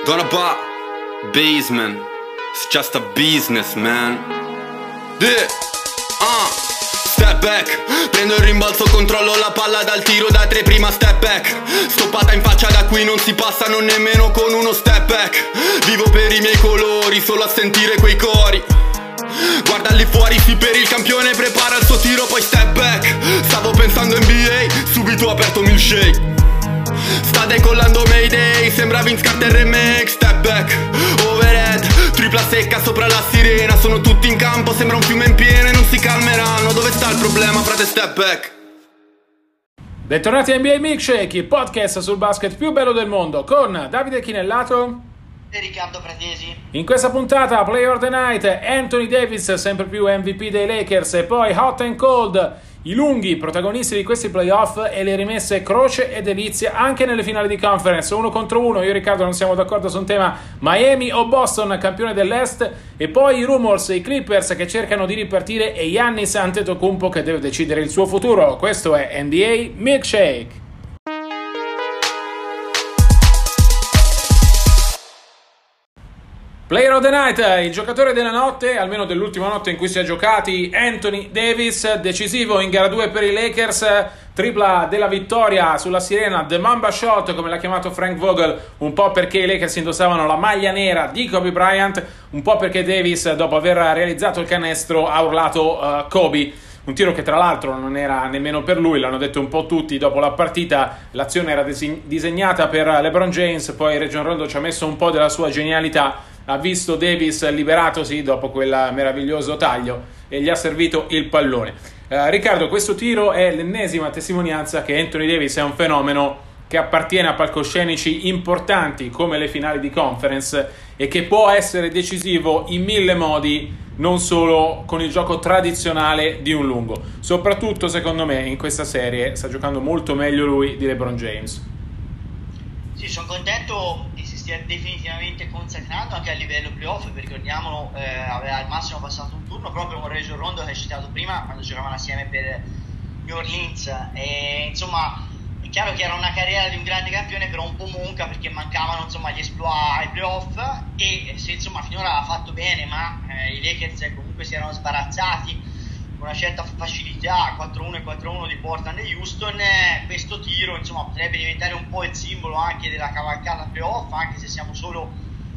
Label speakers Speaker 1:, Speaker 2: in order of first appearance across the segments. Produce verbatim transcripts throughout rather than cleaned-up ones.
Speaker 1: Gonna buy basement. It's just a business, man. Yeah. Uh. Step back, prendo il rimbalzo, controllo la palla dal tiro da tre, prima step back. Stoppata in faccia, da qui non si passa non nemmeno con uno step back. Vivo per i miei colori, solo a sentire quei cori. Guarda lì fuori, sì, per il campione, prepara il suo tiro, poi step back. Stavo pensando N B A, subito ho aperto milkshake. Sta decollando Mayday, sembra Vince Carter remake. Step back, overhead, tripla secca sopra la sirena. Sono tutti in campo, sembra un fiume in piena e non si calmeranno. Dove sta il problema, frate? Step back.
Speaker 2: Bentornati a N B A Milkshake, il podcast sul basket più bello del mondo, con Davide Chinellato
Speaker 3: e Riccardo Pratesi.
Speaker 2: In questa puntata, Player of the Night, Anthony Davis, sempre più M V P dei Lakers, e poi Hot and Cold, i lunghi protagonisti di questi playoff e le rimesse croce e delizia anche nelle finali di conference, uno contro uno. Io e Riccardo non siamo d'accordo su un tema: Miami o Boston, campione dell'Est, e poi i rumors, i Clippers che cercano di ripartire e Giannis Antetokounmpo che deve decidere il suo futuro. Questo è N B A Milkshake. Player of the Night, il giocatore della notte, almeno dell'ultima notte in cui si è giocati, Anthony Davis, decisivo in gara due per i Lakers, tripla della vittoria sulla sirena, The Mamba Shot come l'ha chiamato Frank Vogel, un po' perché i Lakers indossavano la maglia nera di Kobe Bryant, un po' perché Davis, dopo aver realizzato il canestro, ha urlato uh, Kobe. Un tiro che tra l'altro non era nemmeno per lui, l'hanno detto un po' tutti dopo la partita. L'azione era dis- disegnata per LeBron James, poi Rajon Rondo ci ha messo un po' della sua genialità, ha visto Davis liberatosi dopo quel meraviglioso taglio e gli ha servito il pallone. Uh, Riccardo, questo tiro è l'ennesima testimonianza che Anthony Davis è un fenomeno che appartiene a palcoscenici importanti come le finali di conference e che può essere decisivo in mille modi, non solo con il gioco tradizionale di un lungo. Soprattutto, secondo me, in questa serie sta giocando molto meglio lui di LeBron James.
Speaker 3: Sì, sono contento che si stia definitivamente consacrando anche a livello playoff, perché ricordiamolo, eh, aveva al massimo passato un turno proprio con Rajon Rondo che hai citato prima, quando giocavano assieme per New Orleans. E insomma, è chiaro che era una carriera di un grande campione, però un po' monca, perché mancavano insomma gli exploit ai playoff, e se insomma finora ha fatto bene, ma eh, i Lakers comunque si erano sbarazzati con una certa facilità quattro uno e quattro uno di Portland e Houston. Eh, questo tiro insomma potrebbe diventare un po' il simbolo anche della cavalcata playoff, anche se siamo solo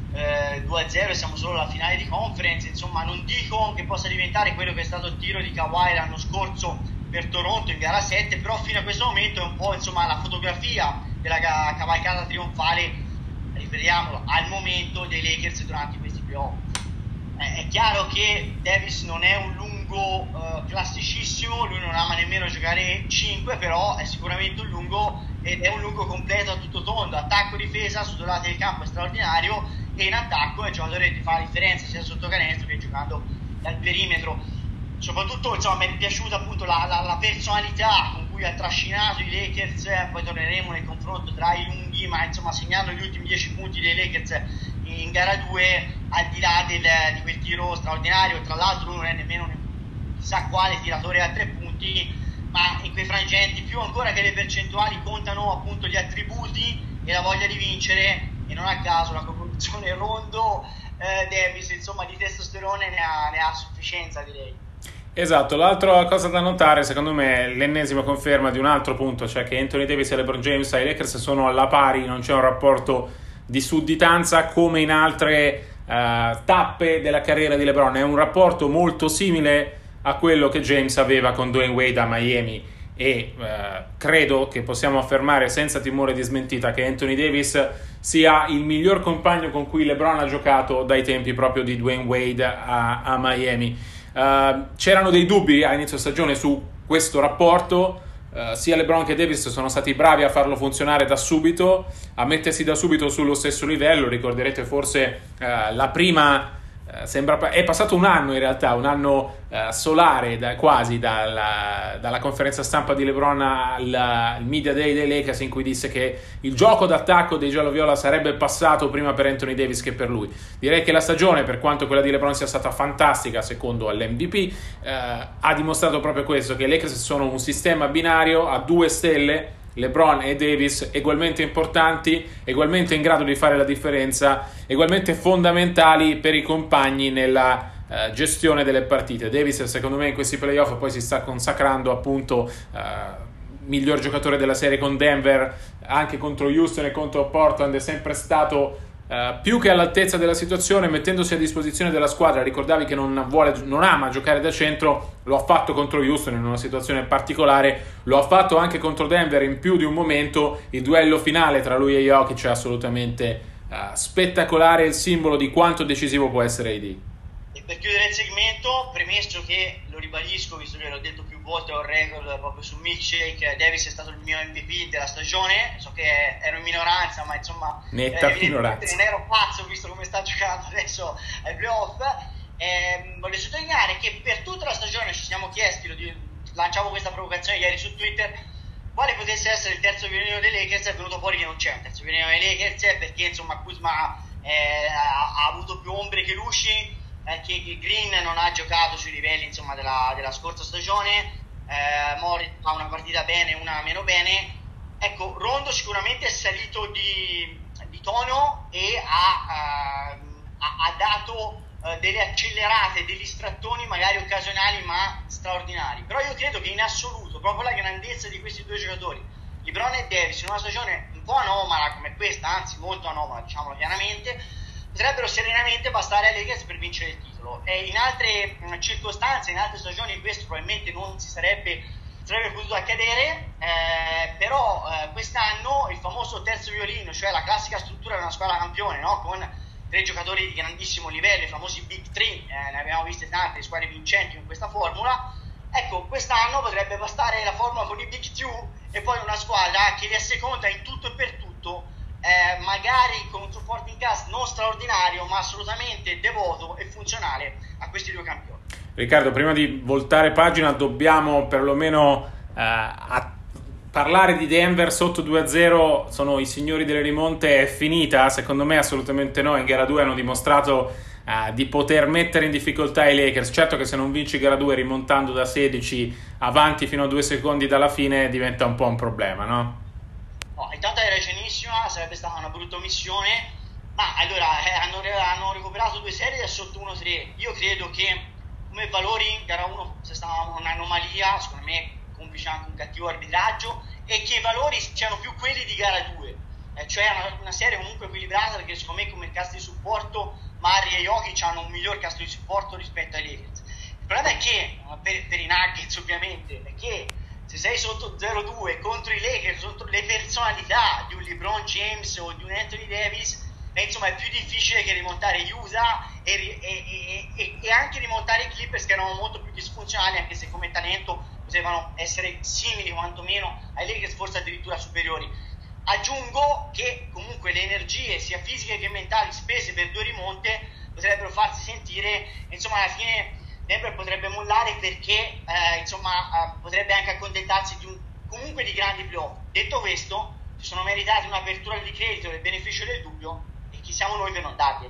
Speaker 3: eh, due a zero e siamo solo alla finale di conference. Insomma, non dico che possa diventare quello che è stato il tiro di Kawhi l'anno scorso per Toronto in gara sette, però fino a questo momento è un po' insomma la fotografia della cavalcata trionfale, ripetiamolo, al momento dei Lakers durante questi playoff. Eh, è chiaro che Davis non è un lungo eh, classicissimo, lui non ama nemmeno giocare cinque, però è sicuramente un lungo, ed è un lungo completo a tutto tondo, attacco, difesa, su due lati del campo è straordinario, e in attacco è un giocatore che fa la differenza sia sotto canestro che giocando dal perimetro. Soprattutto insomma mi è piaciuta appunto la, la, la personalità con cui ha trascinato i Lakers, eh, poi torneremo nel confronto tra i lunghi, ma insomma segnando gli ultimi dieci punti dei Lakers in gara due, al di là del, di quel tiro straordinario. Tra l'altro lui non è nemmeno un chissà quale tiratore a tre punti, ma in quei frangenti più ancora che le percentuali contano appunto gli attributi e la voglia di vincere, e non a caso la combinazione Rondo eh, Davis insomma di testosterone ne ha, ne ha a sufficienza, direi.
Speaker 2: Esatto, l'altra cosa da notare secondo me è l'ennesima conferma di un altro punto, cioè che Anthony Davis e LeBron James ai Lakers sono alla pari, non c'è un rapporto di sudditanza come in altre uh, tappe della carriera di LeBron. È un rapporto molto simile a quello che James aveva con Dwayne Wade a Miami, e uh, credo che possiamo affermare senza timore di smentita che Anthony Davis sia il miglior compagno con cui LeBron ha giocato dai tempi proprio di Dwayne Wade a, a Miami. Uh, c'erano dei dubbi a inizio stagione su questo rapporto. Uh, sia LeBron che Davis sono stati bravi a farlo funzionare da subito, a mettersi da subito sullo stesso livello. Ricorderete forse uh, la prima uh, sembra è passato un anno in realtà, un anno uh, solare da, quasi dalla, dalla conferenza stampa di LeBron al, al Media Day dei Lakers, in cui disse che il gioco d'attacco dei giallo-viola sarebbe passato prima per Anthony Davis che per lui. Direi che la stagione, per quanto quella di LeBron sia stata fantastica secondo l'M V P, eh, ha dimostrato proprio questo, che i Lakers sono un sistema binario a due stelle LeBron e Davis ugualmente importanti, ugualmente in grado di fare la differenza, ugualmente fondamentali per i compagni nella uh, gestione delle partite. Davis secondo me in questi playoff poi si sta consacrando appunto uh, miglior giocatore della serie con Denver, anche contro Houston e contro Portland è sempre stato Uh, più che all'altezza della situazione, mettendosi a disposizione della squadra. Ricordavi che non vuole, non ama giocare da centro, lo ha fatto contro Houston in una situazione particolare, lo ha fatto anche contro Denver in più di un momento. Il duello finale tra lui e Jokic è assolutamente uh, spettacolare, il simbolo di quanto decisivo può essere A D.
Speaker 3: E per chiudere il segmento, premesso che, lo ribadisco visto che l'ho detto più volte, ho un record proprio su milkshake, Davis è stato il mio M V P della stagione, so che ero in minoranza, ma insomma
Speaker 2: netta
Speaker 3: eh,
Speaker 2: minoranza,
Speaker 3: non ero pazzo visto come sta giocando adesso ai playoff. Eh, voglio sottolineare che per tutta la stagione ci siamo chiesti, lo di, lanciavo questa provocazione ieri su Twitter, quale potesse essere il terzo violino dei Lakers. È venuto fuori che non c'è un terzo violino dei Lakers, perché insomma Kuzma eh, ha, ha avuto più ombre che luci, che Green non ha giocato sui livelli insomma della, della scorsa stagione, eh, Morris fa una partita bene, una meno bene. Ecco, Rondo sicuramente è salito di, di tono e ha, uh, ha, ha dato uh, delle accelerate, degli strattoni magari occasionali ma straordinari. Però io credo che in assoluto proprio la grandezza di questi due giocatori, LeBron e Davis, in una stagione un po' anomala come questa, anzi molto anomala diciamolo chiaramente, potrebbero serenamente bastare ai Lakers per vincere il titolo. E in altre mh, circostanze, in altre stagioni questo probabilmente non si sarebbe, sarebbe potuto accadere, eh, però eh, quest'anno il famoso terzo violino, cioè la classica struttura di una squadra campione, no? Con tre giocatori di grandissimo livello, i famosi Big Three, eh, ne abbiamo viste tante, le squadre vincenti in questa formula. Ecco, quest'anno potrebbe bastare la formula con i Big Two e poi una squadra che li asseconda in tutto e per tutto, Eh, magari con un supporting cast non straordinario ma assolutamente devoto e funzionale a questi due campioni.
Speaker 2: Riccardo, prima di voltare pagina dobbiamo perlomeno eh, a parlare di Denver sotto due a zero. Sono i signori delle rimonte, è finita? Secondo me assolutamente no. In gara due hanno dimostrato eh, di poter mettere in difficoltà i Lakers. Certo che se non vinci gara due rimontando da sedici avanti fino a due secondi dalla fine diventa un po' un problema, no?
Speaker 3: No, intanto hai ragionissima, sarebbe stata una brutta omissione, ma allora eh, hanno, hanno recuperato due serie da sotto uno tre. Io credo che come valori gara uno sia stata un'anomalia, secondo me complice anche un cattivo arbitraggio, e che i valori siano più quelli di gara due, eh, cioè una, una serie comunque equilibrata, perché secondo me come cast di supporto Murray e Jokic hanno un miglior cast di supporto rispetto ai Lakers. Il problema è che, per, per i Nuggets ovviamente, è che se sei sotto zero due contro i Lakers, contro le personalità di un LeBron James o di un Anthony Davis, beh, insomma è più difficile che rimontare Utah e, e, e, e anche rimontare i Clippers, che erano molto più disfunzionali, anche se come talento potevano essere simili quantomeno ai Lakers, forse addirittura superiori. Aggiungo che comunque le energie sia fisiche che mentali spese per due rimonte potrebbero farsi sentire, insomma alla fine Denver potrebbe mollare, perché eh, insomma eh, potrebbe anche accontentarsi di un, comunque di grandi playoff. Detto questo, si sono meritati un'apertura di credito del beneficio del dubbio, e chi siamo noi per non darglieli.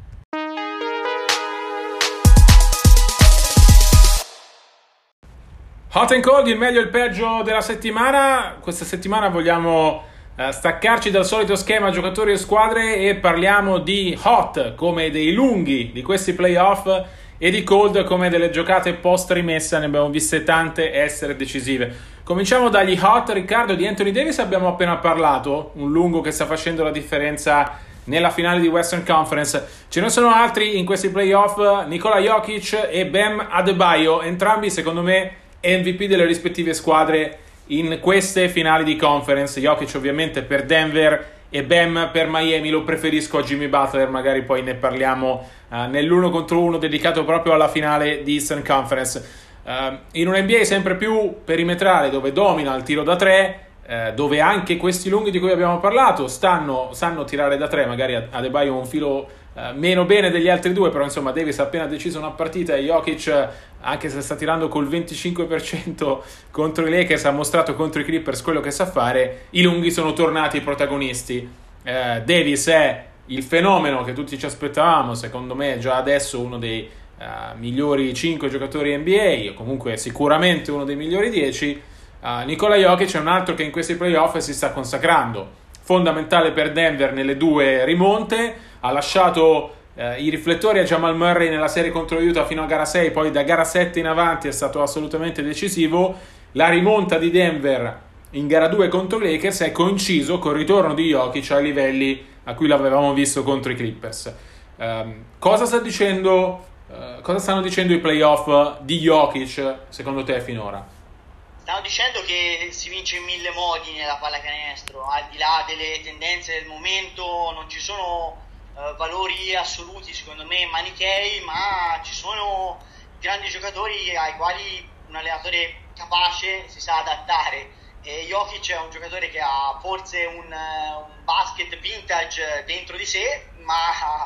Speaker 2: Hot and Cold, il meglio e il peggio della settimana. Questa settimana vogliamo eh, staccarci dal solito schema giocatori e squadre e parliamo di hot come dei lunghi di questi playoff e di cold come delle giocate post rimessa. Ne abbiamo viste tante essere decisive. Cominciamo dagli hot. Riccardo, di Anthony Davis abbiamo appena parlato, un lungo che sta facendo la differenza nella finale di Western Conference. Ce ne sono altri in questi playoff, Nikola Jokic e Bam Adebayo, entrambi secondo me M V P delle rispettive squadre in queste finali di conference. Jokic ovviamente per Denver e Bam per Miami. Lo preferisco a Jimmy Butler, magari poi ne parliamo uh, nell'uno contro uno dedicato proprio alla finale di Eastern Conference. Uh, in un N B A sempre più perimetrale, dove domina il tiro da tre, uh, dove anche questi lunghi di cui abbiamo parlato stanno, sanno tirare da tre, magari Adebayo un filo uh, meno bene degli altri due, però insomma Davis ha appena deciso una partita e Jokic, anche se sta tirando col venticinque per cento contro i Lakers, ha mostrato contro i Clippers quello che sa fare. I lunghi sono tornati i protagonisti. eh, Davis è il fenomeno che tutti ci aspettavamo, secondo me già adesso uno dei uh, migliori cinque giocatori N B A, o comunque sicuramente uno dei migliori dieci. Uh, Nikola Jokic è un altro che in questi playoff si sta consacrando, fondamentale per Denver nelle due rimonte, ha lasciato uh, i riflettori a Jamal Murray nella serie contro Utah fino a gara sei, poi da gara sette in avanti è stato assolutamente decisivo. La rimonta di Denver in gara due contro i Lakers è coinciso col ritorno di Jokic ai livelli a cui l'avevamo visto contro i Clippers. Um, cosa sta dicendo, uh, cosa stanno dicendo i playoff di Jokic secondo te finora?
Speaker 3: Stanno dicendo che si vince in mille modi nella pallacanestro, al di là delle tendenze del momento, non ci sono uh, valori assoluti secondo me manichei, ma ci sono grandi giocatori ai quali un allenatore capace si sa adattare. E Jokic è un giocatore che ha forse un, un basket vintage dentro di sé, ma,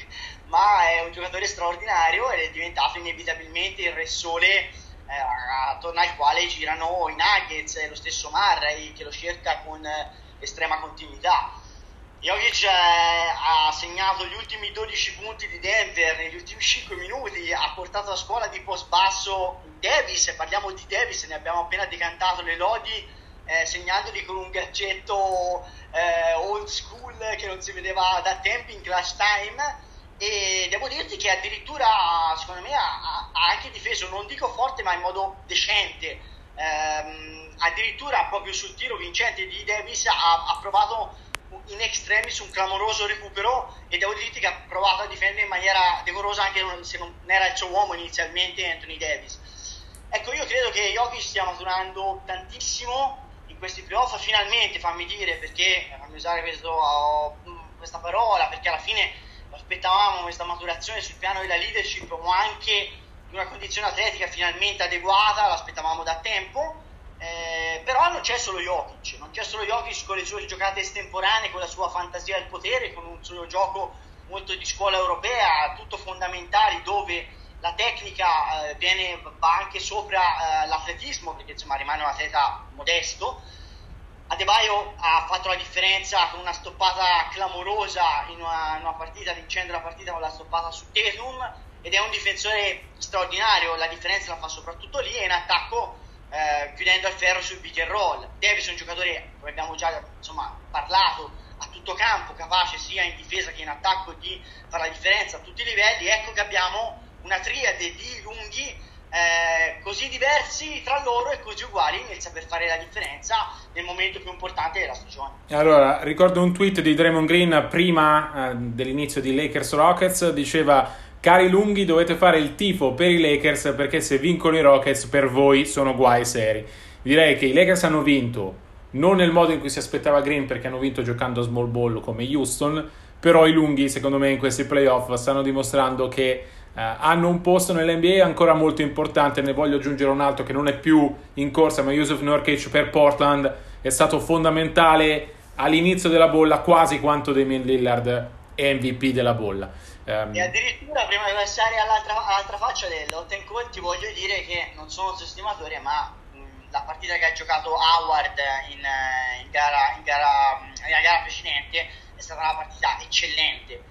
Speaker 3: ma è un giocatore straordinario ed è diventato inevitabilmente il re sole eh, attorno al quale girano i Nuggets e lo stesso Murray che lo cerca con eh, estrema continuità. Jokic eh, ha segnato gli ultimi dodici punti di Denver negli ultimi cinque minuti, ha portato a scuola di post basso Davis, e parliamo di Davis, ne abbiamo appena decantato le lodi, eh, segnandoli con un gadgetto eh, old school che non si vedeva da tempi in clutch time. E devo dirti che addirittura secondo me ha, ha anche difeso, non dico forte ma in modo decente, ehm, addirittura proprio sul tiro vincente di Davis ha, ha provato in extremis un clamoroso recupero, e devo dirti che ha provato a difendere in maniera decorosa anche se non era il suo uomo inizialmente, Anthony Davis. Ecco, io credo che Jokic stia maturando tantissimo in questi playoff, finalmente, fammi dire, perché fammi usare questo, questa parola, perché alla fine aspettavamo questa maturazione sul piano della leadership, ma anche di una condizione atletica finalmente adeguata, l'aspettavamo da tempo. Eh, però non c'è solo Jokic, non c'è solo Jokic con le sue giocate estemporanee, con la sua fantasia del potere, con un suo gioco molto di scuola europea, tutto fondamentali, dove la tecnica eh, viene, va anche sopra eh, l'atletismo, perché insomma rimane un atleta modesto. Adebayo ha fatto la differenza con una stoppata clamorosa in una, in una partita, vincendo la partita con la stoppata su Tatum, ed è un difensore straordinario, la differenza la fa soprattutto lì, e in attacco eh, chiudendo al ferro sul pick and roll. Davis è un giocatore, come abbiamo già insomma parlato, a tutto campo, capace sia in difesa che in attacco di fare la differenza a tutti i livelli. Ecco che abbiamo una triade di lunghi Eh, così diversi tra loro e così uguali nel saper fare la differenza nel momento più importante della stagione.
Speaker 2: Allora, ricordo un tweet di Draymond Green prima eh, dell'inizio di Lakers Rockets, diceva: cari lunghi, dovete fare il tifo per i Lakers, perché se vincono i Rockets per voi sono guai seri. Direi che i Lakers hanno vinto non nel modo in cui si aspettava Green, perché hanno vinto giocando a small ball come Houston, però i lunghi secondo me in questi playoff stanno dimostrando che Uh, hanno un posto nell'N B A ancora molto importante. Ne voglio aggiungere un altro che non è più in corsa, ma Jusuf Nurkic per Portland è stato fondamentale all'inizio della bolla, quasi quanto Damian Lillard M V P della bolla. Um,
Speaker 3: e addirittura, prima di passare all'altra, all'altra faccia dell'hot and cold, ti voglio dire che non sono un sostimatore, ma mh, la partita che ha giocato Howard in, in, gara, in, gara, nella gara precedente è stata una partita eccellente.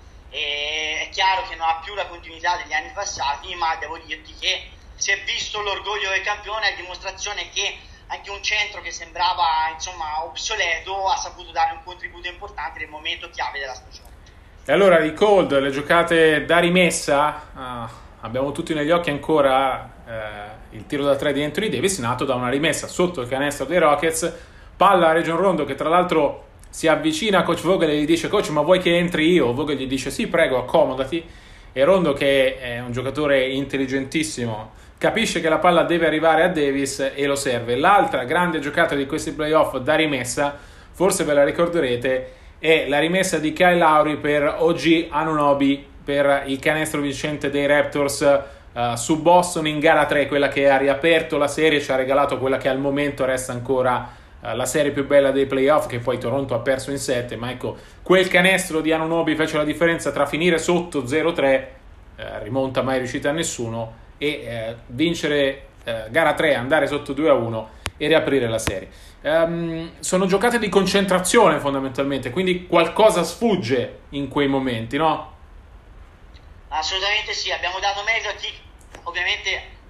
Speaker 3: E è chiaro che non ha più la continuità degli anni passati, ma devo dirti che si è visto l'orgoglio del campione, a dimostrazione che anche un centro che sembrava insomma obsoleto ha saputo dare un contributo importante nel momento chiave della stagione.
Speaker 2: E allora i Cold, le giocate da rimessa, uh, abbiamo tutti negli occhi ancora uh, il tiro da tre di Anthony Davis, nato da una rimessa sotto il canestro dei Rockets, palla a Rajon Rondo che tra l'altro si avvicina a coach Vogel e gli dice: coach, ma vuoi che entri io? Vogel gli dice: sì, prego, accomodati. E Rondo, che è un giocatore intelligentissimo, capisce che la palla deve arrivare a Davis e lo serve. L'altra grande giocata di questi playoff da rimessa, forse ve la ricorderete, è la rimessa di Kyle Lowry per O G Anunoby per il canestro vincente dei Raptors uh, su Boston in gara tre, quella che ha riaperto la serie, ci ha regalato quella che al momento resta ancora la serie più bella dei playoff, che poi Toronto ha perso in sette, ma ecco, quel canestro di Anunoby fece la differenza tra finire sotto zero tre, eh, rimonta mai riuscita a nessuno, e eh, vincere eh, gara tre, andare sotto due a uno e riaprire la serie. Um, sono giocate di concentrazione fondamentalmente, quindi qualcosa sfugge in quei momenti, no?
Speaker 3: Assolutamente sì, abbiamo dato merito a chi ovviamente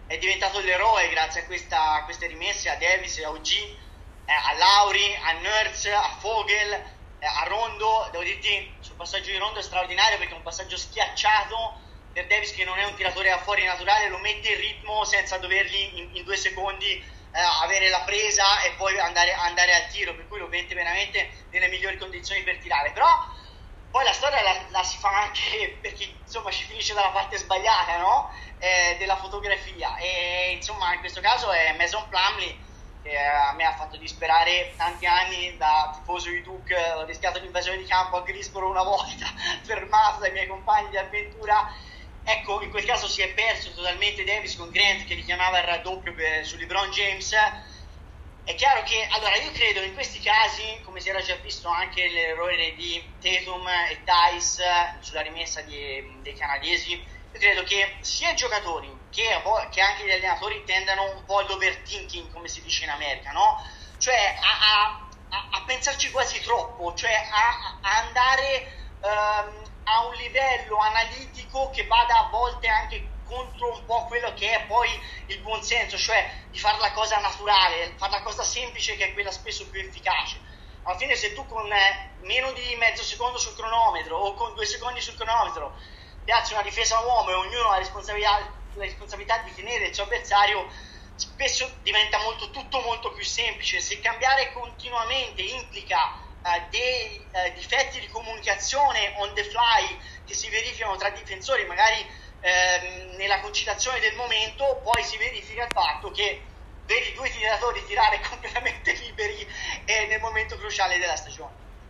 Speaker 3: è diventato l'eroe grazie a, questa, a queste rimesse, a Davis, a O G, eh, a Lauri, a Nurse, a Vogel, eh, a Rondo. Devo dirti, sul passaggio di Rondo è straordinario perché è un passaggio schiacciato per Davis, che non è un tiratore a fuori naturale, lo mette in ritmo senza dovergli in, in due secondi eh, avere la presa e poi andare, andare al tiro, per cui lo mette veramente nelle migliori condizioni per tirare. Però poi la storia la, la si fa anche perché insomma ci finisce dalla parte sbagliata, no? eh, della fotografia, e insomma in questo caso è Mason Plumlee, che eh, a me ha fatto disperare tanti anni da tifoso di Duke. Ho rischiato l'invasione di campo a Greensboro una volta fermato dai miei compagni di avventura. Ecco, in quel caso si è perso totalmente Davis con Grant che richiamava il raddoppio per, su LeBron James. È chiaro che, allora, io credo in questi casi, come si era già visto anche l'errore di Tatum e Tice sulla rimessa di, dei canadesi, io credo che sia i giocatori che, che anche gli allenatori tendano un po' all'overthinking, come si dice in America, no? Cioè a, a, a pensarci quasi troppo, cioè a, a andare um, a un livello analitico che vada a volte anche contro un po' quello che è poi il buon senso, cioè di fare la cosa naturale, fare la cosa semplice, che è quella spesso più efficace. Alla fine, se tu con meno di mezzo secondo sul cronometro o con due secondi sul cronometro piazzi una difesa a uomo e ognuno ha la responsabilità, la responsabilità di tenere il suo avversario, spesso diventa molto, tutto molto più semplice. Se cambiare continuamente implica Uh, dei uh, difetti di comunicazione on the fly che si verificano tra difensori, magari uh, nella concitazione del momento, poi si verifica il fatto che vedi due tiratori tirare completamente liberi e nel momento cruciale della stagione.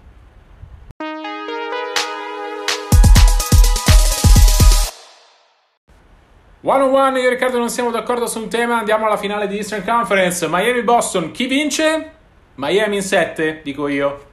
Speaker 2: One on one, io e Riccardo non siamo d'accordo su un tema, andiamo alla finale di Eastern Conference. Miami-Boston, chi vince? Miami in sette, dico io.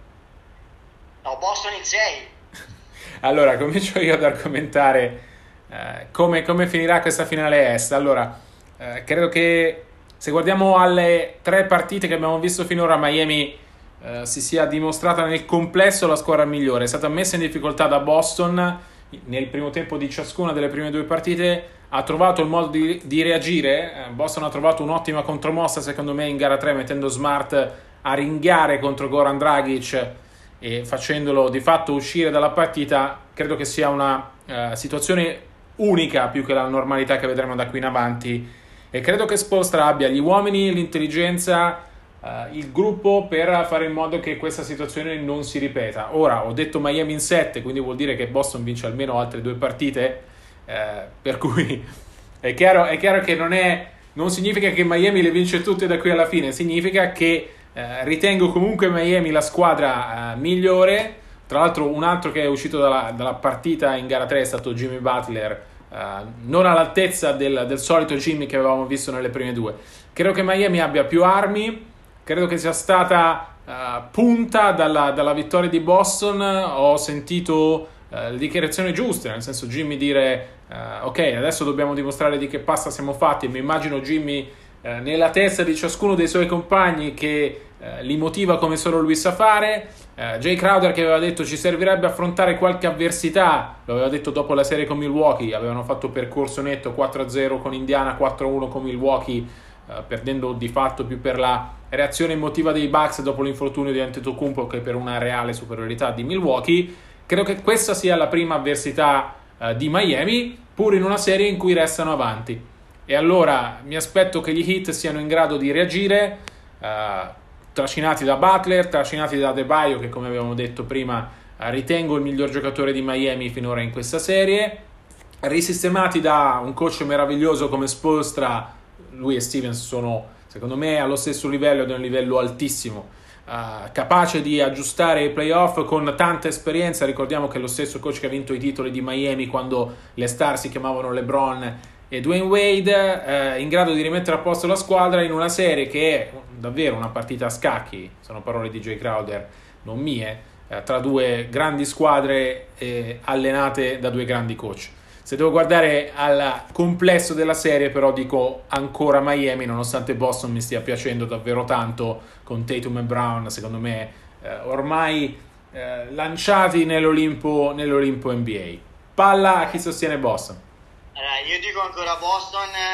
Speaker 3: No, Boston in sei.
Speaker 2: Allora, comincio io ad argomentare eh, come, come finirà questa finale est. Allora, eh, credo che se guardiamo alle tre partite che abbiamo visto finora, Miami eh, si sia dimostrata nel complesso la squadra migliore. È stata messa in difficoltà da Boston nel primo tempo di ciascuna delle prime due partite, ha trovato il modo di, di reagire. eh, Boston ha trovato un'ottima contromossa secondo me in gara tre, mettendo Smart a ringhiare contro Goran Dragic e facendolo di fatto uscire dalla partita. Credo che sia una uh, situazione unica più che la normalità che vedremo da qui in avanti, e credo che Spoelstra abbia gli uomini, l'intelligenza, uh, il gruppo per fare in modo che questa situazione non si ripeta. Ora, ho detto Miami in sette, quindi vuol dire che Boston vince almeno altre due partite, uh, per cui è chiaro, è chiaro che non, è, non significa che Miami le vince tutte da qui alla fine, significa che Eh, ritengo comunque Miami la squadra eh, migliore. Tra l'altro, un altro che è uscito dalla, dalla partita in gara tre è stato Jimmy Butler, eh, non all'altezza del, del solito Jimmy che avevamo visto nelle prime due. Credo che Miami abbia più armi, credo che sia stata eh, punta dalla, dalla vittoria di Boston. Ho sentito eh, le dichiarazioni giuste, nel senso Jimmy dire eh, ok, adesso dobbiamo dimostrare di che pasta siamo fatti, e mi immagino Jimmy Eh, nella testa di ciascuno dei suoi compagni che eh, li motiva come solo lui sa fare. eh, Jay Crowder che aveva detto ci servirebbe affrontare qualche avversità, lo aveva detto dopo la serie con Milwaukee, avevano fatto percorso netto quattro a zero con Indiana, quattro a uno con Milwaukee, eh, perdendo di fatto più per la reazione emotiva dei Bucks dopo l'infortunio di Antetokounmpo che per una reale superiorità di Milwaukee. Credo che questa sia la prima avversità eh, di Miami, pur in una serie in cui restano avanti. E allora mi aspetto che gli Heat siano in grado di reagire, eh, trascinati da Butler, trascinati da Adebayo, che come abbiamo detto prima eh, ritengo il miglior giocatore di Miami finora in questa serie, risistemati da un coach meraviglioso come Spoelstra. Lui e Stevens sono secondo me allo stesso livello, ad un livello altissimo, eh, capace di aggiustare i playoff con tanta esperienza. Ricordiamo che è lo stesso coach che ha vinto i titoli di Miami quando le star si chiamavano LeBron e Dwayne Wade, eh, in grado di rimettere a posto la squadra in una serie che è davvero una partita a scacchi, sono parole di Jay Crowder, non mie, eh, tra due grandi squadre eh, allenate da due grandi coach. Se devo guardare al complesso della serie, però dico ancora Miami, nonostante Boston mi stia piacendo davvero tanto con Tatum e Brown, secondo me eh, ormai eh, lanciati nell'Olimpo, nell'Olimpo N B A. Palla a chi sostiene Boston.
Speaker 3: Allora, io dico ancora Boston,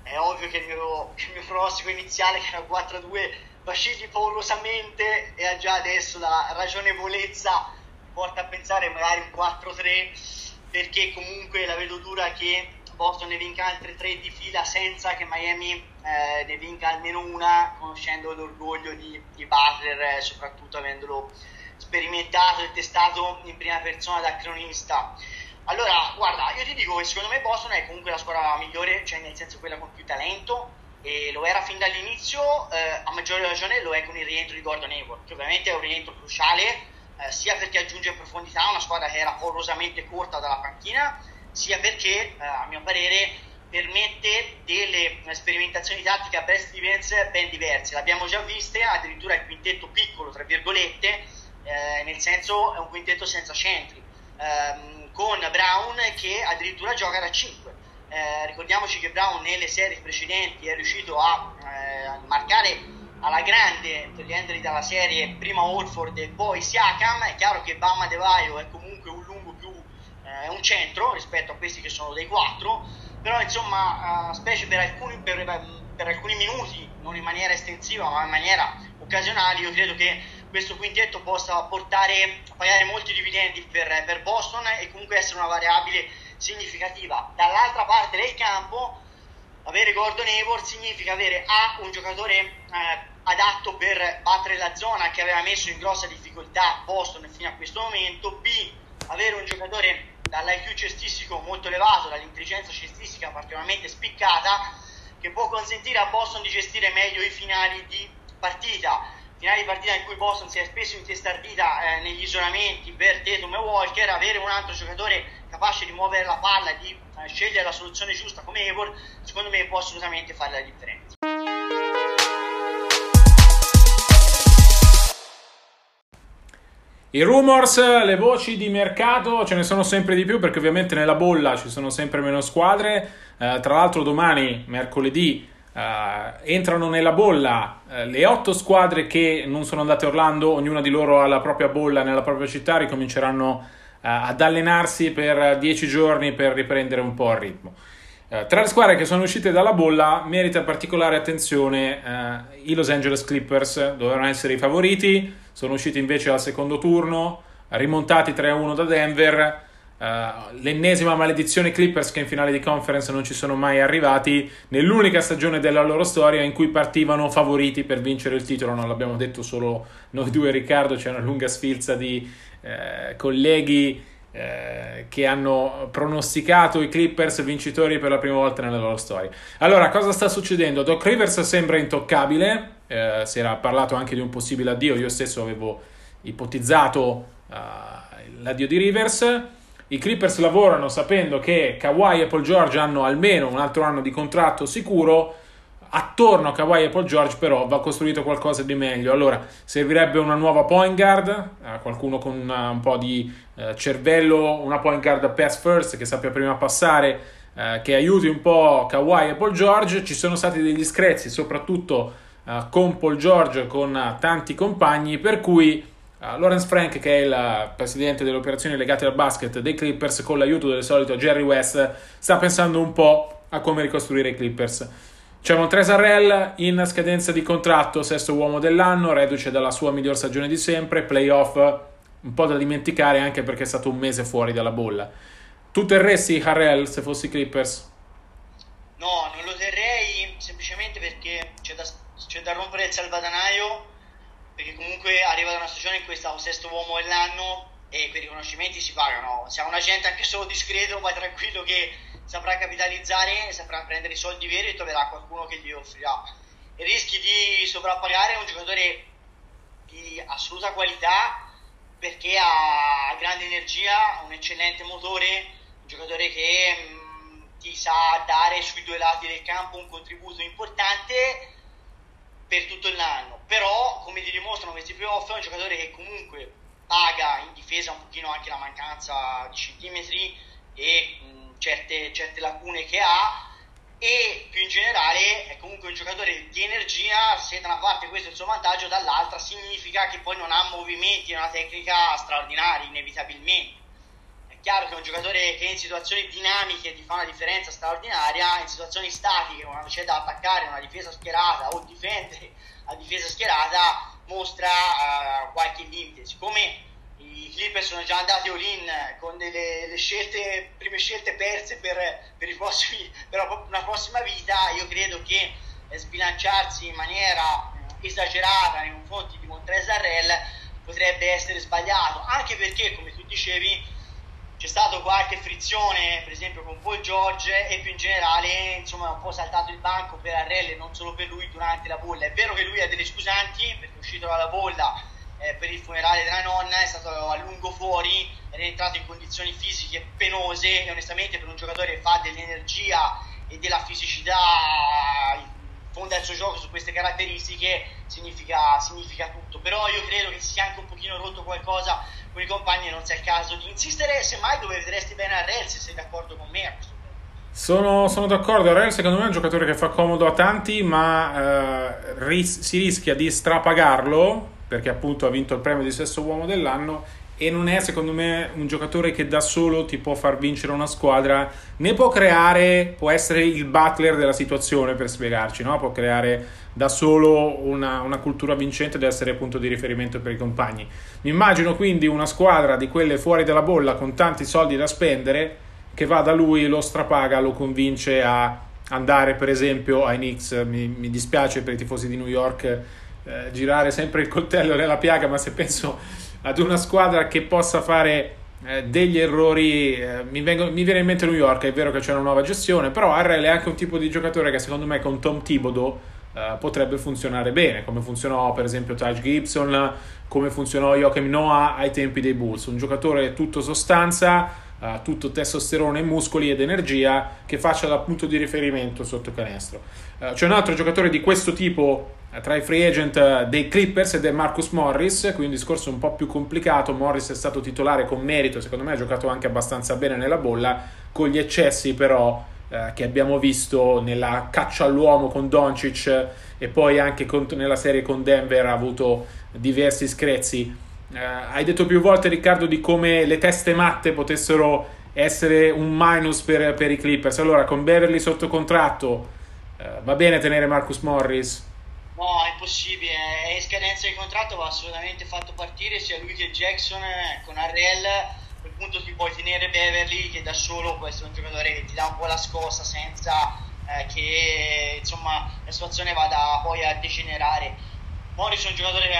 Speaker 3: è ovvio che il mio, il mio pronostico iniziale, che era quattro a due, vacilli paurosamente, e già adesso la ragionevolezza porta a pensare magari un quattro a tre, perché comunque la vedo dura che Boston ne vinca altre tre di fila senza che Miami eh, ne vinca almeno una, conoscendo l'orgoglio di, di Butler, eh, soprattutto avendolo sperimentato e testato in prima persona da cronista. Allora, guarda, io ti dico che secondo me Boston è comunque la squadra migliore, cioè nel senso quella con più talento, e lo era fin dall'inizio, eh, a maggior ragione lo è con il rientro di Gordon Hayward, che ovviamente è un rientro cruciale, eh, sia perché aggiunge profondità a una squadra che era porosamente corta dalla panchina, sia perché, eh, a mio parere, permette delle sperimentazioni tattiche a best defense ben diverse. L'abbiamo già viste, addirittura il quintetto piccolo, tra virgolette, eh, nel senso è un quintetto senza centri, ehm, con Brown che addirittura gioca da cinque. Eh, ricordiamoci che Brown nelle serie precedenti è riuscito a eh, marcare alla grande, togliendoli dalla serie prima Horford e poi Siakam. È chiaro che Bam Adebayo è comunque un lungo più eh, un centro rispetto a questi che sono dei quattro, però insomma uh, specie per alcuni, per, per alcuni minuti, non in maniera estensiva ma in maniera occasionale, io credo che questo quintetto possa portare a pagare molti dividendi per, per Boston e comunque essere una variabile significativa. Dall'altra parte del campo avere Gordon Hayward significa avere A, un giocatore eh, adatto per battere la zona, che aveva messo in grossa difficoltà Boston fino a questo momento, B, avere un giocatore dall'I Q cestistico molto elevato, dall'intelligenza cestistica particolarmente spiccata, che può consentire a Boston di gestire meglio i finali di partita finali di partita in cui Boston si è spesso intestardita eh, negli isolamenti per Tatum e Walker. Avere un altro giocatore capace di muovere la palla e di eh, scegliere la soluzione giusta come Hayward, secondo me può assolutamente fare la differenza.
Speaker 2: I rumors, le voci di mercato ce ne sono sempre di più, perché ovviamente nella bolla ci sono sempre meno squadre. Eh, tra l'altro domani, mercoledì, Uh, entrano nella bolla uh, le otto squadre che non sono andate a Orlando. Ognuna di loro ha la propria bolla nella propria città, ricominceranno uh, ad allenarsi per dieci giorni per riprendere un po' il ritmo. Uh, tra le squadre che sono uscite dalla bolla merita particolare attenzione uh, i Los Angeles Clippers. Dovevano essere i favoriti, sono usciti invece al secondo turno, rimontati tre a uno da Denver. Uh, l'ennesima maledizione Clippers, che in finale di conference non ci sono mai arrivati nell'unica stagione della loro storia in cui partivano favoriti per vincere il titolo. Non l'abbiamo detto solo noi due, Riccardo, c'è una lunga sfilza di eh, colleghi eh, che hanno pronosticato i Clippers vincitori per la prima volta nella loro storia. Allora, cosa sta succedendo? Doc Rivers sembra intoccabile, eh, si era parlato anche di un possibile addio, io stesso avevo ipotizzato uh, l'addio di Rivers. I Clippers lavorano sapendo che Kawhi e Paul George hanno almeno un altro anno di contratto sicuro. Attorno a Kawhi e Paul George però va costruito qualcosa di meglio. Allora servirebbe una nuova point guard, eh, qualcuno con una, un po' di eh, cervello, una point guard pass first che sappia prima passare, eh, che aiuti un po' Kawhi e Paul George. Ci sono stati degli screzi soprattutto eh, con Paul George, con eh, tanti compagni, per cui Uh, Lawrence Frank, che è il presidente delle operazioni legate al basket dei Clippers, con l'aiuto del solito Jerry West, sta pensando un po' a come ricostruire i Clippers. C'è Montrezl Harrell in scadenza di contratto, sesto uomo dell'anno, reduce dalla sua miglior stagione di sempre, playoff un po' da dimenticare anche perché è stato un mese fuori dalla bolla. Tu terresti Harrell se fossi Clippers?
Speaker 3: No, non lo terrei semplicemente perché c'è da, c'è da rompere il salvadanaio, perché comunque arriva da una stagione in cui è stato sesto uomo dell'anno e quei riconoscimenti si pagano. Se ha un agente anche solo discreto, vai tranquillo che saprà capitalizzare, saprà prendere i soldi veri e troverà qualcuno che gli offrirà. E rischi di sovrappagare un giocatore di assoluta qualità, perché ha grande energia, un eccellente motore, un giocatore che mh, ti sa dare sui due lati del campo un contributo importante per tutto l'anno. Però, come ti dimostrano questi playoff, è un giocatore che comunque paga in difesa un pochino anche la mancanza di centimetri e mh, certe, certe lacune che ha, e più in generale è comunque un giocatore di energia. Se da una parte questo è il suo vantaggio, dall'altra significa che poi non ha movimenti e una tecnica straordinaria inevitabilmente. È è chiaro che è un giocatore che in situazioni dinamiche ti fa una differenza straordinaria, in situazioni statiche, quando c'è da attaccare una difesa schierata o difendere a difesa schierata, mostra uh, qualche limite. Siccome i Clippers sono già andati all-in con delle le scelte, prime scelte perse per, per, i prossimi, per una prossima vita, io credo che sbilanciarsi in maniera esagerata nei confronti di Montrezl Harrell potrebbe essere sbagliato, anche perché, come tu dicevi, c'è stato qualche frizione per esempio con Paul George e più in generale insomma è un po' saltato il banco per Harrell e non solo per lui durante la bolla. È vero che lui ha delle scusanti perché è uscito dalla bolla eh, per il funerale della nonna, è stato a lungo fuori, è rientrato in condizioni fisiche penose e onestamente per un giocatore che fa dell'energia e della fisicità, fonda il suo gioco su queste caratteristiche, significa, significa tutto. Però io credo che si sia anche un pochino rotto qualcosa con i compagni e non sia il caso di insistere, semmai dove vedresti bene Harrell, se sei d'accordo con me a questo punto.
Speaker 2: Sono, sono d'accordo, Harrell secondo me è un giocatore che fa comodo a tanti, ma eh, ris- si rischia di strapagarlo perché appunto ha vinto il premio di sesto uomo dell'anno e non è secondo me un giocatore che da solo ti può far vincere una squadra, ne può creare, può essere il Butler della situazione per spiegarci, no? Può creare da solo una, una cultura vincente ed essere punto di riferimento per i compagni. Mi immagino quindi una squadra di quelle fuori dalla bolla con tanti soldi da spendere che va da lui, lo strapaga, lo convince a andare per esempio ai Knicks. Mi, mi dispiace per i tifosi di New York eh, girare sempre il coltello nella piaga, ma se penso ad una squadra che possa fare eh, degli errori eh, mi, vengo, mi viene in mente New York. È vero che c'è una nuova gestione, però Harrell è anche un tipo di giocatore che secondo me con Tom Thibodeau eh, potrebbe funzionare bene, come funzionò per esempio Taj Gibson, come funzionò Joakim Noah ai tempi dei Bulls. Un giocatore tutto sostanza, Uh, tutto testosterone, muscoli ed energia, che faccia da punto di riferimento sotto canestro. Uh, c'è un altro giocatore di questo tipo uh, tra i free agent uh, dei Clippers ed è Marcus Morris, qui un discorso un po' più complicato. Morris è stato titolare con merito, secondo me ha giocato anche abbastanza bene nella bolla, con gli eccessi però uh, che abbiamo visto nella caccia all'uomo con Doncic e poi anche con, nella serie con Denver ha avuto diversi screzi. Uh, hai detto più volte, Riccardo, di come le teste matte potessero essere un minus per, per i Clippers. Allora, con Beverly sotto contratto uh, va bene tenere Marcus Morris?
Speaker 3: No, è impossibile, è in scadenza di contratto, va assolutamente fatto partire sia lui che Jackson. Con Harrell a quel punto ti puoi tenere Beverly, che da solo può essere un giocatore che ti dà un po' la scossa senza eh, che insomma la situazione vada poi a degenerare. Morris è un giocatore che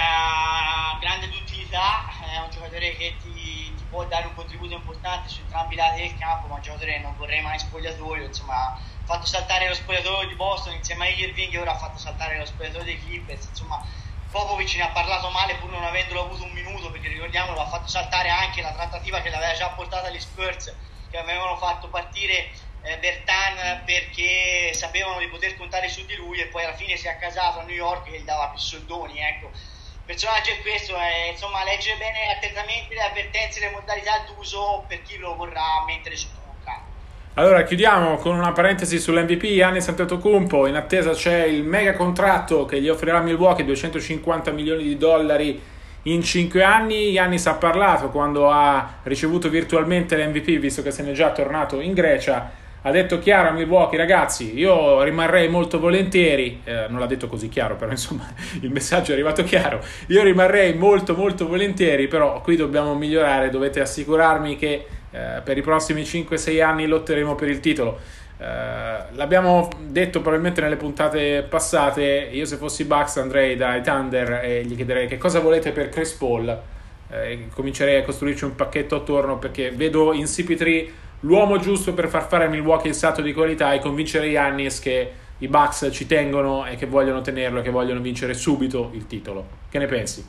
Speaker 3: ha grande utilità, è un giocatore che ti, ti può dare un contributo importante su entrambi i lati del campo, ma un giocatore che non vorrei mai spogliatoio. Insomma, ha fatto saltare lo spogliatoio di Boston insieme a Irving e ora ha fatto saltare lo spogliatoio dei Clippers. Insomma, Popovic ne ha parlato male pur non avendolo avuto un minuto, perché ricordiamolo, ha fatto saltare anche la trattativa che l'aveva già portata agli Spurs, che avevano fatto partire Eh, Bertan perché sapevano di poter contare su di lui, e poi alla fine si è accasato a New York che gli dava più soldoni. Ecco, il personaggio è questo, è, insomma, leggere bene attentamente le avvertenze e le modalità d'uso per chi lo vorrà mettere sotto contratto.
Speaker 2: Allora chiudiamo con una parentesi sull'M V P Giannis Antetokounmpo. In attesa c'è il mega contratto che gli offrirà Milwaukee, duecentocinquanta milioni di dollari in cinque anni. Giannis ha parlato quando ha ricevuto virtualmente l'M V P, visto che se n'è già tornato in Grecia. Ha detto chiaro a Milwaukee: ragazzi, io rimarrei molto volentieri, eh, non l'ha detto così chiaro, però insomma il messaggio è arrivato chiaro, io rimarrei molto molto volentieri, però qui dobbiamo migliorare, dovete assicurarmi che eh, per i prossimi cinque sei anni lotteremo per il titolo. Eh, l'abbiamo detto probabilmente nelle puntate passate, io se fossi Bucks andrei dai Thunder e gli chiederei che cosa volete per Chris Paul, eh, comincerei a costruirci un pacchetto attorno, perché vedo in C P tre l'uomo giusto per far fare a Milwaukee il salto di qualità e convincere Giannis che i Bucks ci tengono e che vogliono tenerlo e che vogliono vincere subito il titolo. Che ne pensi?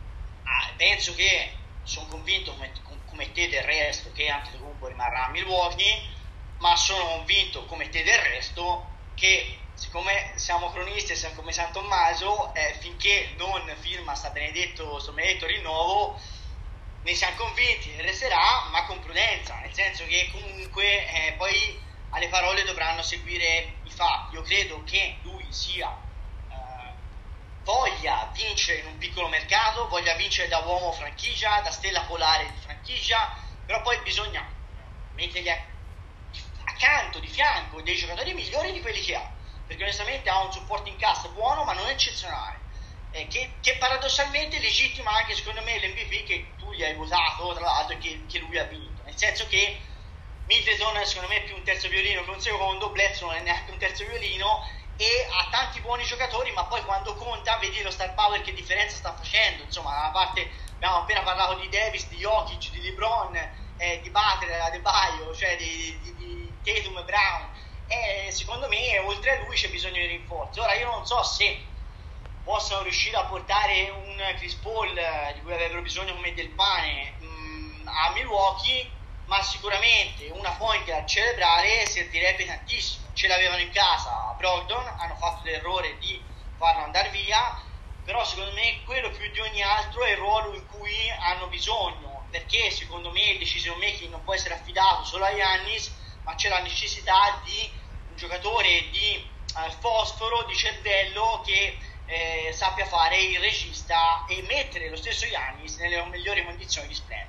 Speaker 3: Ah, penso che sono convinto, come, come te del resto, che Antetokounmpo rimarrà a Milwaukee, ma sono convinto come te del resto che, siccome siamo cronisti e siamo come San Tommaso, eh, finché non firma sta benedetto, sto benedetto rinnovo, ne siamo convinti, resterà, ma con prudenza, nel senso che comunque eh, poi alle parole dovranno seguire i fatti. Io credo che lui sia eh, voglia vincere in un piccolo mercato, voglia vincere da uomo franchigia, da stella polare di franchigia, però poi bisogna mettergli accanto, di fianco, dei giocatori migliori di quelli che ha, perché onestamente ha un supporto in cassa buono ma non eccezionale, eh, che, che paradossalmente legittima anche secondo me l'M V P che tu gli hai votato, tra l'altro, che, che lui ha vinto, nel senso che Middleton secondo me è più un terzo violino che un secondo, Bledsoe non è neanche un terzo violino e ha tanti buoni giocatori, ma poi quando conta vedi lo star power che differenza sta facendo, insomma, a parte abbiamo appena parlato di Davis, di Jokic, di LeBron, eh, di Butler, di Adebayo, cioè di, di, di Tatum e Brown, e secondo me oltre a lui c'è bisogno di rinforzi. Ora io non so se possano riuscire a portare un Chris Paul, eh, di cui avrebbero bisogno come del pane, mh, a Milwaukee, ma sicuramente una point guard cerebrale servirebbe tantissimo. Ce l'avevano in casa a Brogdon, hanno fatto l'errore di farlo andare via, però secondo me quello più di ogni altro è il ruolo in cui hanno bisogno, perché secondo me il decision making non può essere affidato solo a Giannis, ma c'è la necessità di un giocatore di uh, fosforo, di cervello che eh, sappia fare il regista e mettere lo stesso Giannis nelle migliori condizioni di splendere.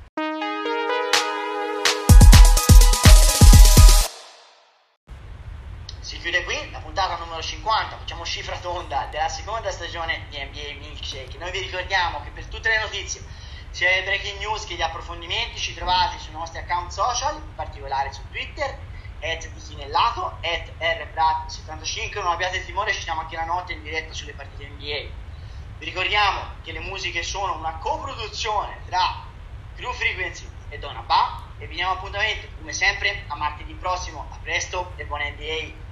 Speaker 3: Si chiude qui la puntata numero cinquanta, facciamo cifra tonda della seconda stagione di N B A Milkshake. Noi vi ricordiamo che per tutte le notizie, sia le breaking news che gli approfondimenti, ci trovate sui nostri account social, in particolare su Twitter, at dichinellato, at rbrat settantacinque. Non abbiate timore, ci siamo anche la notte in diretta sulle partite N B A. Vi ricordiamo che le musiche sono una coproduzione tra Crew Frequency e Donna Ba, e vi diamo appuntamento come sempre a martedì prossimo. A presto e buona N B A.